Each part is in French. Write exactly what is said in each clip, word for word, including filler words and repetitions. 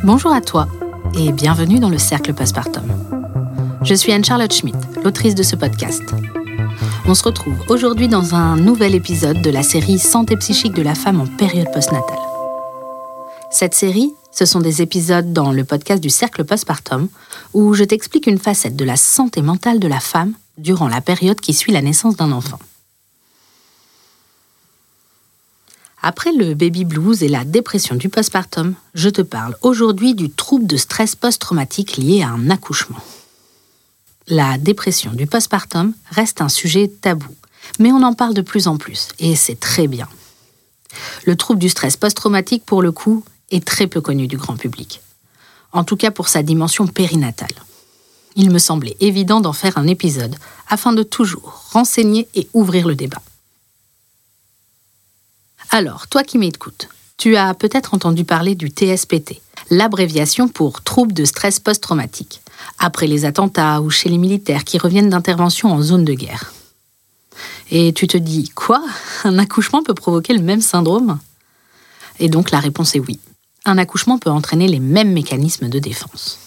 Bonjour à toi et bienvenue dans le Cercle Postpartum. Je suis Anne-Charlotte Schmidt, l'autrice de ce podcast. On se retrouve aujourd'hui dans un nouvel épisode de la série Santé psychique de la femme en période postnatale. Cette série, ce sont des épisodes dans le podcast du Cercle Postpartum où je t'explique une facette de la santé mentale de la femme durant la période qui suit la naissance d'un enfant. Après le baby blues et la dépression du postpartum, je te parle aujourd'hui du trouble de stress post-traumatique lié à un accouchement. La dépression du postpartum reste un sujet tabou, mais on en parle de plus en plus, et c'est très bien. Le trouble du stress post-traumatique, pour le coup, est très peu connu du grand public. En tout cas pour sa dimension périnatale. Il me semblait évident d'en faire un épisode, afin de toujours renseigner et ouvrir le débat. Alors, toi qui m'écoutes, tu as peut-être entendu parler du T S P T, l'abréviation pour trouble de stress post-traumatique, après les attentats ou chez les militaires qui reviennent d'intervention en zone de guerre. Et tu te dis, quoi ? Un accouchement peut provoquer le même syndrome ? Et donc la réponse est oui. Un accouchement peut entraîner les mêmes mécanismes de défense.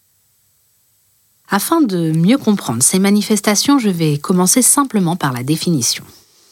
Afin de mieux comprendre ces manifestations, je vais commencer simplement par la définition.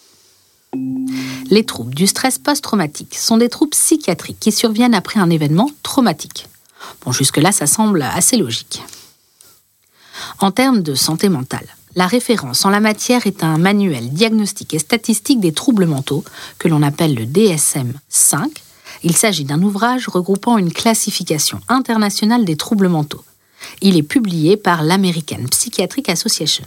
Les troubles du stress post-traumatique sont des troubles psychiatriques qui surviennent après un événement traumatique. Bon, jusque-là, ça semble assez logique. En termes de santé mentale, la référence en la matière est un manuel diagnostique et statistique des troubles mentaux que l'on appelle le D S M cinq. Il s'agit d'un ouvrage regroupant une classification internationale des troubles mentaux. Il est publié par l'American Psychiatric Association.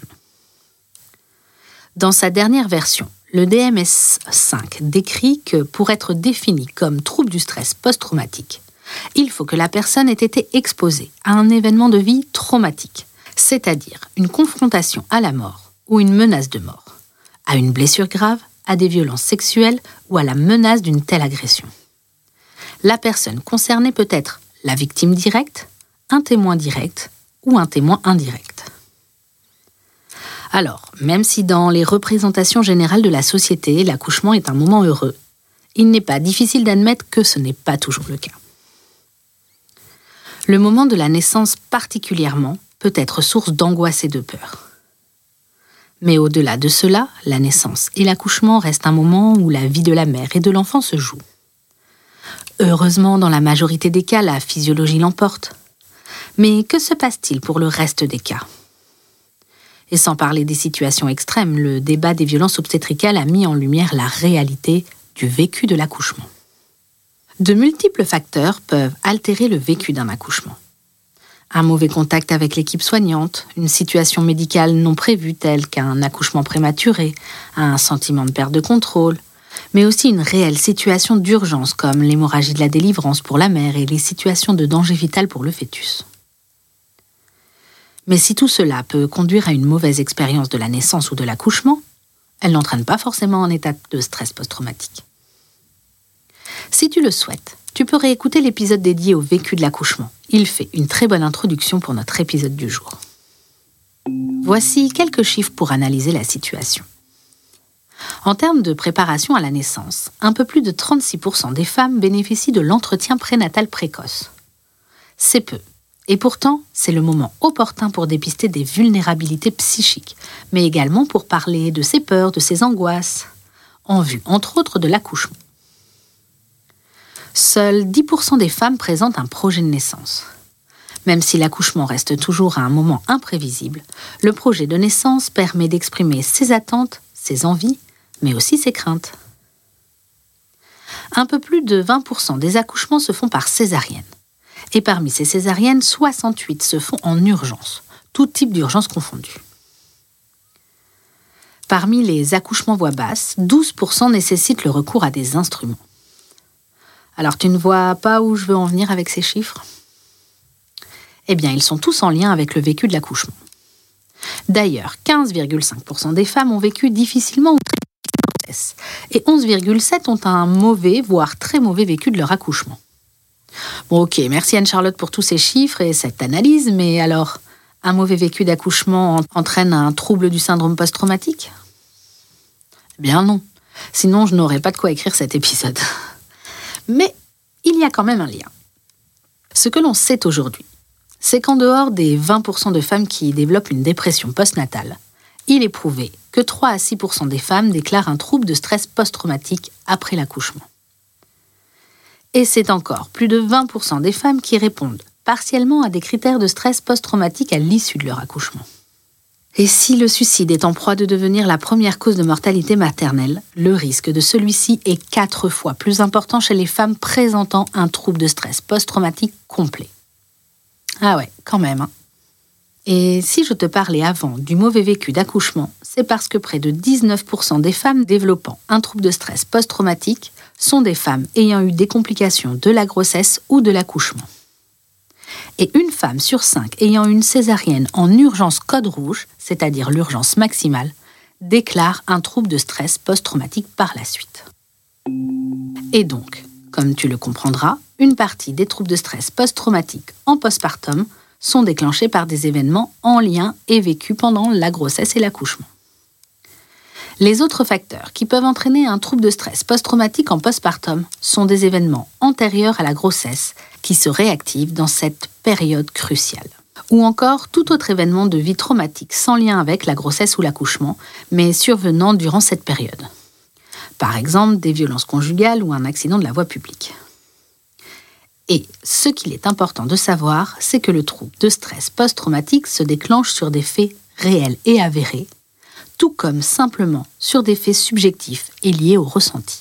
Dans sa dernière version, le D S M cinq décrit que pour être défini comme trouble du stress post-traumatique, il faut que la personne ait été exposée à un événement de vie traumatique, c'est-à-dire une confrontation à la mort ou une menace de mort, à une blessure grave, à des violences sexuelles ou à la menace d'une telle agression. La personne concernée peut être la victime directe, un témoin direct ou un témoin indirect. Alors, même si dans les représentations générales de la société, l'accouchement est un moment heureux, il n'est pas difficile d'admettre que ce n'est pas toujours le cas. Le moment de la naissance particulièrement peut être source d'angoisse et de peur. Mais au-delà de cela, la naissance et l'accouchement restent un moment où la vie de la mère et de l'enfant se joue. Heureusement, dans la majorité des cas, la physiologie l'emporte. Mais que se passe-t-il pour le reste des cas ? Et sans parler des situations extrêmes, le débat des violences obstétricales a mis en lumière la réalité du vécu de l'accouchement. De multiples facteurs peuvent altérer le vécu d'un accouchement. Un mauvais contact avec l'équipe soignante, une situation médicale non prévue telle qu'un accouchement prématuré, un sentiment de perte de contrôle, mais aussi une réelle situation d'urgence comme l'hémorragie de la délivrance pour la mère et les situations de danger vital pour le fœtus. Mais si tout cela peut conduire à une mauvaise expérience de la naissance ou de l'accouchement, elle n'entraîne pas forcément un état de stress post-traumatique. Si tu le souhaites, tu peux réécouter l'épisode dédié au vécu de l'accouchement. Il fait une très bonne introduction pour notre épisode du jour. Voici quelques chiffres pour analyser la situation. En termes de préparation à la naissance, un peu plus de trente-six pour cent des femmes bénéficient de l'entretien prénatal précoce. C'est peu. Et pourtant, c'est le moment opportun pour dépister des vulnérabilités psychiques, mais également pour parler de ses peurs, de ses angoisses, en vue, entre autres, de l'accouchement. Seuls dix pour cent des femmes présentent un projet de naissance. Même si l'accouchement reste toujours à un moment imprévisible, le projet de naissance permet d'exprimer ses attentes, ses envies, mais aussi ses craintes. Un peu plus de vingt pour cent des accouchements se font par césarienne. Et parmi ces césariennes, soixante-huit se font en urgence, tout type d'urgence confondue. Parmi les accouchements voix basse, douze pour cent nécessitent le recours à des instruments. Alors tu ne vois pas où je veux en venir avec ces chiffres ? Eh bien, ils sont tous en lien avec le vécu de l'accouchement. D'ailleurs, quinze virgule cinq pour cent des femmes ont vécu difficilement ou très difficilement et onze virgule sept pour cent ont un mauvais, voire très mauvais vécu de leur accouchement. Bon, ok, merci Anne-Charlotte pour tous ces chiffres et cette analyse, mais alors, un mauvais vécu d'accouchement entraîne un trouble du syndrome post-traumatique ? Eh bien non, sinon je n'aurais pas de quoi écrire cet épisode. Mais il y a quand même un lien. Ce que l'on sait aujourd'hui, c'est qu'en dehors des vingt pour cent de femmes qui développent une dépression postnatale, il est prouvé que trois à six pour cent des femmes déclarent un trouble de stress post-traumatique après l'accouchement. Et c'est encore plus de vingt pour cent des femmes qui répondent partiellement à des critères de stress post-traumatique à l'issue de leur accouchement. Et si le suicide est en proie de devenir la première cause de mortalité maternelle, le risque de celui-ci est quatre fois plus important chez les femmes présentant un trouble de stress post-traumatique complet. Ah ouais, quand même. Hein. Et si je te parlais avant du mauvais vécu d'accouchement, c'est parce que près de dix-neuf pour cent des femmes développant un trouble de stress post-traumatique sont des femmes ayant eu des complications de la grossesse ou de l'accouchement. Et une femme sur cinq ayant une césarienne en urgence code rouge, c'est-à-dire l'urgence maximale, déclare un trouble de stress post-traumatique par la suite. Et donc, comme tu le comprendras, une partie des troubles de stress post-traumatique en postpartum sont déclenchés par des événements en lien et vécus pendant la grossesse et l'accouchement. Les autres facteurs qui peuvent entraîner un trouble de stress post-traumatique en postpartum sont des événements antérieurs à la grossesse qui se réactivent dans cette période cruciale. Ou encore tout autre événement de vie traumatique sans lien avec la grossesse ou l'accouchement, mais survenant durant cette période. Par exemple, des violences conjugales ou un accident de la voie publique. Et ce qu'il est important de savoir, c'est que le trouble de stress post-traumatique se déclenche sur des faits réels et avérés, tout comme simplement sur des faits subjectifs et liés au ressenti.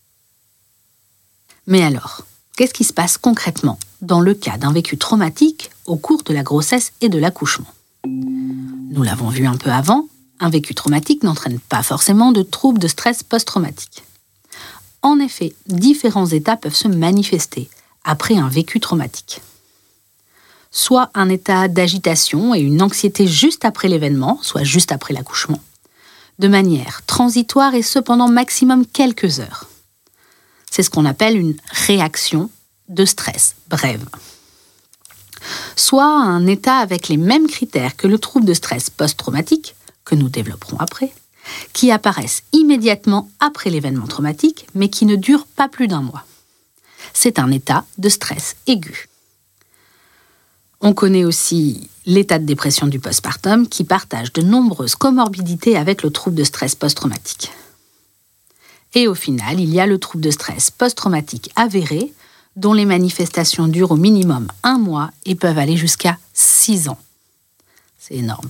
Mais alors, qu'est-ce qui se passe concrètement dans le cas d'un vécu traumatique au cours de la grossesse et de l'accouchement ? Nous l'avons vu un peu avant, un vécu traumatique n'entraîne pas forcément de troubles de stress post-traumatique. En effet, différents états peuvent se manifester après un vécu traumatique. Soit un état d'agitation et une anxiété juste après l'événement, soit juste après l'accouchement, de manière transitoire et cependant maximum quelques heures. C'est ce qu'on appelle une réaction de stress brève. Soit un état avec les mêmes critères que le trouble de stress post-traumatique, que nous développerons après, qui apparaissent immédiatement après l'événement traumatique, mais qui ne durent pas plus d'un mois. C'est un état de stress aigu. On connaît aussi l'état de dépression du postpartum qui partage de nombreuses comorbidités avec le trouble de stress post-traumatique. Et au final, il y a le trouble de stress post-traumatique avéré, dont les manifestations durent au minimum un mois et peuvent aller jusqu'à six ans. C'est énorme.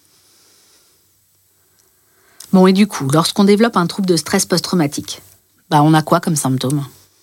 Bon, et du coup, lorsqu'on développe un trouble de stress post-traumatique, bah on a quoi comme symptômes ?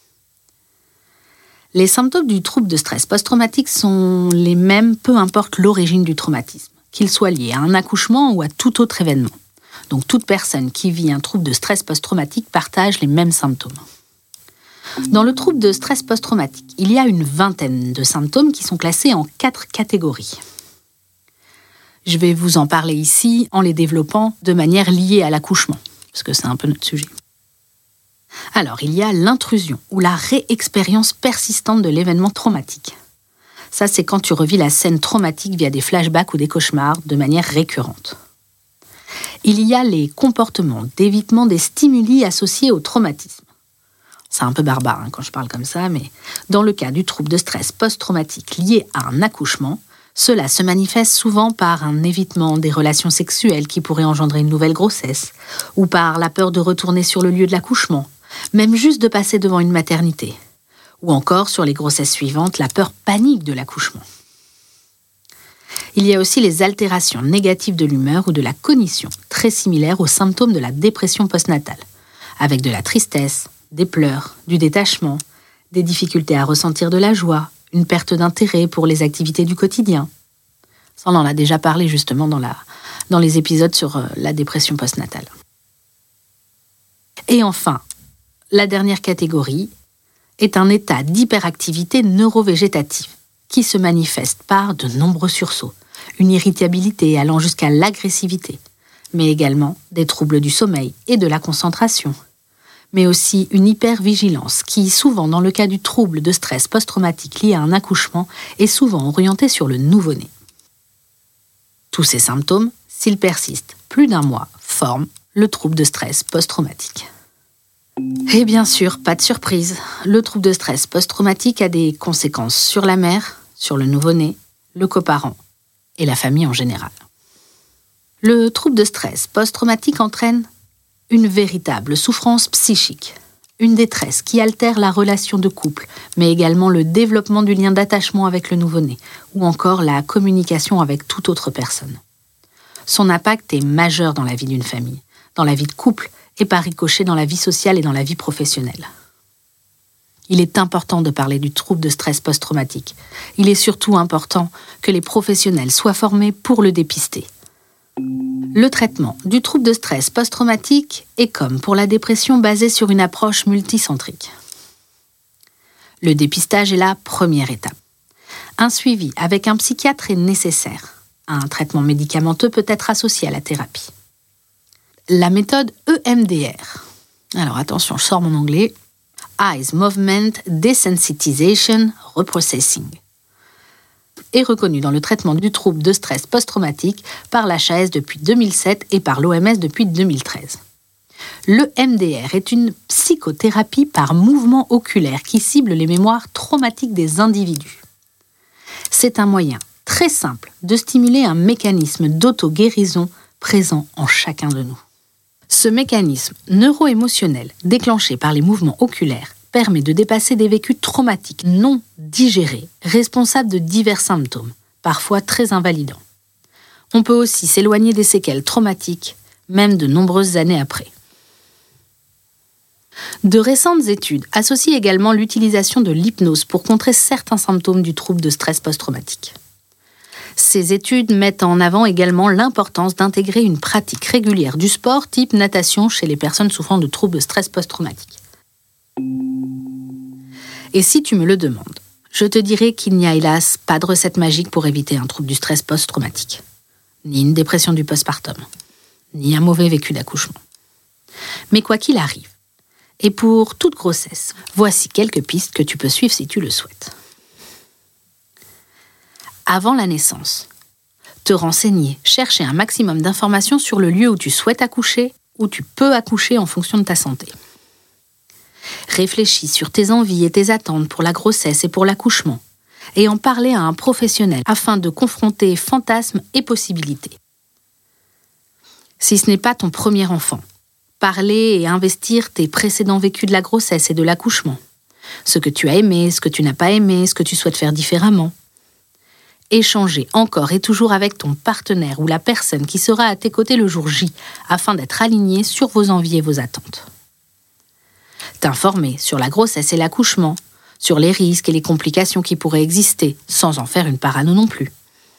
Les symptômes du trouble de stress post-traumatique sont les mêmes, peu importe l'origine du traumatisme, qu'il soit lié à un accouchement ou à tout autre événement. Donc toute personne qui vit un trouble de stress post-traumatique partage les mêmes symptômes. Dans le trouble de stress post-traumatique, il y a une vingtaine de symptômes qui sont classés en quatre catégories. Je vais vous en parler ici en les développant de manière liée à l'accouchement, parce que c'est un peu notre sujet. Alors, il y a l'intrusion ou la réexpérience persistante de l'événement traumatique. Ça, c'est quand tu revis la scène traumatique via des flashbacks ou des cauchemars de manière récurrente. Il y a les comportements d'évitement des stimuli associés au traumatisme. C'est un peu barbare hein, quand je parle comme ça, mais dans le cas du trouble de stress post-traumatique lié à un accouchement, cela se manifeste souvent par un évitement des relations sexuelles qui pourraient engendrer une nouvelle grossesse, ou par la peur de retourner sur le lieu de l'accouchement, même juste de passer devant une maternité, ou encore sur les grossesses suivantes, la peur panique de l'accouchement. Il y a aussi les altérations négatives de l'humeur ou de la cognition, très similaires aux symptômes de la dépression postnatale, avec de la tristesse, des pleurs, du détachement, des difficultés à ressentir de la joie, une perte d'intérêt pour les activités du quotidien. Ça, on en a déjà parlé justement dans, la, dans les épisodes sur euh, la dépression postnatale. Et enfin, la dernière catégorie est un état d'hyperactivité neurovégétative qui se manifeste par de nombreux sursauts, une irritabilité allant jusqu'à l'agressivité, mais également des troubles du sommeil et de la concentration, mais aussi une hypervigilance qui, souvent dans le cas du trouble de stress post-traumatique lié à un accouchement, est souvent orientée sur le nouveau-né. Tous ces symptômes, s'ils persistent plus d'un mois, forment le trouble de stress post-traumatique. Et bien sûr, pas de surprise, le trouble de stress post-traumatique a des conséquences sur la mère, sur le nouveau-né, le coparent et la famille en général. Le trouble de stress post-traumatique entraîne une véritable souffrance psychique, une détresse qui altère la relation de couple, mais également le développement du lien d'attachement avec le nouveau-né, ou encore la communication avec toute autre personne. Son impact est majeur dans la vie d'une famille, dans la vie de couple, et par ricochet dans la vie sociale et dans la vie professionnelle. Il est important de parler du trouble de stress post-traumatique. Il est surtout important que les professionnels soient formés pour le dépister. Le traitement du trouble de stress post-traumatique est comme pour la dépression basé sur une approche multicentrique. Le dépistage est la première étape. Un suivi avec un psychiatre est nécessaire. Un traitement médicamenteux peut être associé à la thérapie. La méthode E M D R. Alors attention, je sors mon anglais. Eyes Movement Desensitization Reprocessing est reconnue dans le traitement du trouble de stress post-traumatique par l'H A S depuis deux mille sept et par l'O M S depuis deux mille treize. Le E M D R est une psychothérapie par mouvement oculaire qui cible les mémoires traumatiques des individus. C'est un moyen très simple de stimuler un mécanisme d'auto-guérison présent en chacun de nous. Ce mécanisme neuro-émotionnel déclenché par les mouvements oculaires permet de dépasser des vécus traumatiques non digérés, responsables de divers symptômes, parfois très invalidants. On peut aussi s'éloigner des séquelles traumatiques, même de nombreuses années après. De récentes études associent également l'utilisation de l'hypnose pour contrer certains symptômes du trouble de stress post-traumatique. Ces études mettent en avant également l'importance d'intégrer une pratique régulière du sport type natation chez les personnes souffrant de troubles de stress post-traumatique. Et si tu me le demandes, je te dirai qu'il n'y a hélas pas de recette magique pour éviter un trouble du stress post-traumatique, ni une dépression du postpartum, ni un mauvais vécu d'accouchement. Mais quoi qu'il arrive, et pour toute grossesse, voici quelques pistes que tu peux suivre si tu le souhaites. Avant la naissance, te renseigner, chercher un maximum d'informations sur le lieu où tu souhaites accoucher, où tu peux accoucher en fonction de ta santé. Réfléchis sur tes envies et tes attentes pour la grossesse et pour l'accouchement, et en parler à un professionnel afin de confronter fantasmes et possibilités. Si ce n'est pas ton premier enfant, parler et investir tes précédents vécus de la grossesse et de l'accouchement, ce que tu as aimé, ce que tu n'as pas aimé, ce que tu souhaites faire différemment. Échanger encore et toujours avec ton partenaire ou la personne qui sera à tes côtés le jour J, afin d'être aligné sur vos envies et vos attentes. T'informer sur la grossesse et l'accouchement, sur les risques et les complications qui pourraient exister, sans en faire une parano non plus.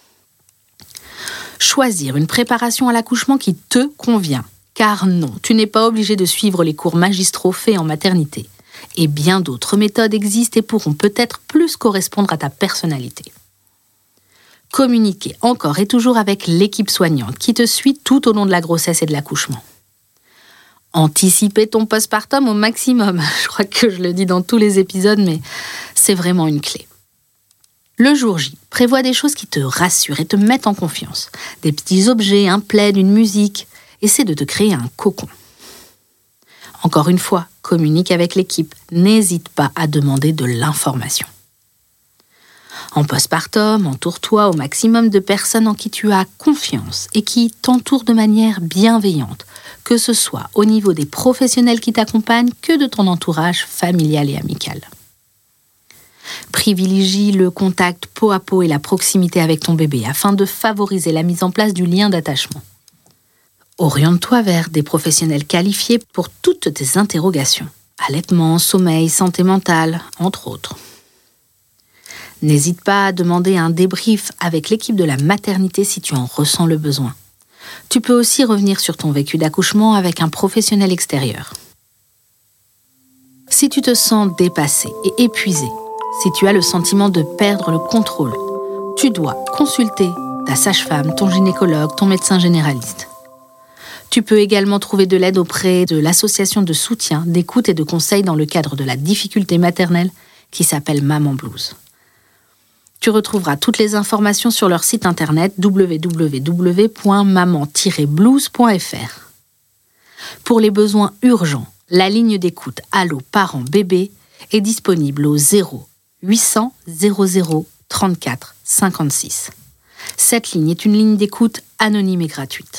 Choisir une préparation à l'accouchement qui te convient, car non, tu n'es pas obligé de suivre les cours magistraux faits en maternité. Et bien d'autres méthodes existent et pourront peut-être plus correspondre à ta personnalité. Communiquer encore et toujours avec l'équipe soignante qui te suit tout au long de la grossesse et de l'accouchement. Anticiper ton postpartum au maximum. Je crois que je le dis dans tous les épisodes, mais c'est vraiment une clé. Le jour J, prévois des choses qui te rassurent et te mettent en confiance. Des petits objets, un plaid, une musique. Essaie de te créer un cocon. Encore une fois, communique avec l'équipe. N'hésite pas à demander de l'information. En postpartum, entoure-toi au maximum de personnes en qui tu as confiance et qui t'entourent de manière bienveillante, que ce soit au niveau des professionnels qui t'accompagnent que de ton entourage familial et amical. Privilégie le contact peau à peau et la proximité avec ton bébé afin de favoriser la mise en place du lien d'attachement. Oriente-toi vers des professionnels qualifiés pour toutes tes interrogations. Allaitement, sommeil, santé mentale, entre autres. N'hésite pas à demander un débrief avec l'équipe de la maternité si tu en ressens le besoin. Tu peux aussi revenir sur ton vécu d'accouchement avec un professionnel extérieur. Si tu te sens dépassé et épuisé, si tu as le sentiment de perdre le contrôle, tu dois consulter ta sage-femme, ton gynécologue, ton médecin généraliste. Tu peux également trouver de l'aide auprès de l'association de soutien, d'écoute et de conseil dans le cadre de la difficulté maternelle qui s'appelle Maman Blues. Tu retrouveras toutes les informations sur leur site internet w w w point maman tiret blues point f r. Pour les besoins urgents, la ligne d'écoute Allo Parents Bébés est disponible au zéro huit cents zéro zéro trente-quatre cinquante-six. Cette ligne est une ligne d'écoute anonyme et gratuite.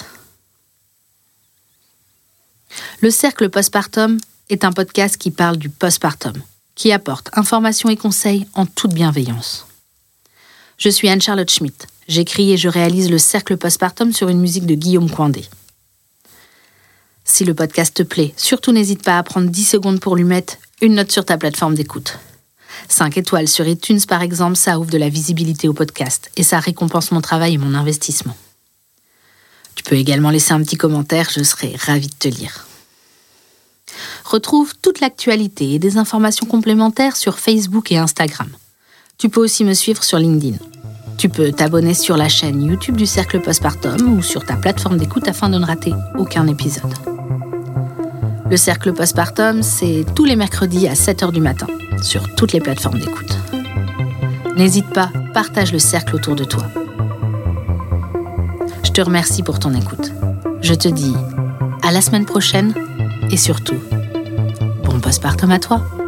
Le Cercle Postpartum est un podcast qui parle du postpartum, qui apporte informations et conseils en toute bienveillance. Je suis Anne-Charlotte Schmitt. J'écris et je réalise le Cercle Postpartum sur une musique de Guillaume Coindé. Si le podcast te plaît, surtout n'hésite pas à prendre dix secondes pour lui mettre une note sur ta plateforme d'écoute. cinq étoiles sur iTunes par exemple, ça ouvre de la visibilité au podcast et ça récompense mon travail et mon investissement. Tu peux également laisser un petit commentaire, je serai ravie de te lire. Retrouve toute l'actualité et des informations complémentaires sur Facebook et Instagram. Tu peux aussi me suivre sur LinkedIn. Tu peux t'abonner sur la chaîne YouTube du Cercle Postpartum ou sur ta plateforme d'écoute afin de ne rater aucun épisode. Le Cercle Postpartum, c'est tous les mercredis à sept heures du matin, sur toutes les plateformes d'écoute. N'hésite pas, partage le cercle autour de toi. Je te remercie pour ton écoute. Je te dis à la semaine prochaine et surtout, bon postpartum à toi.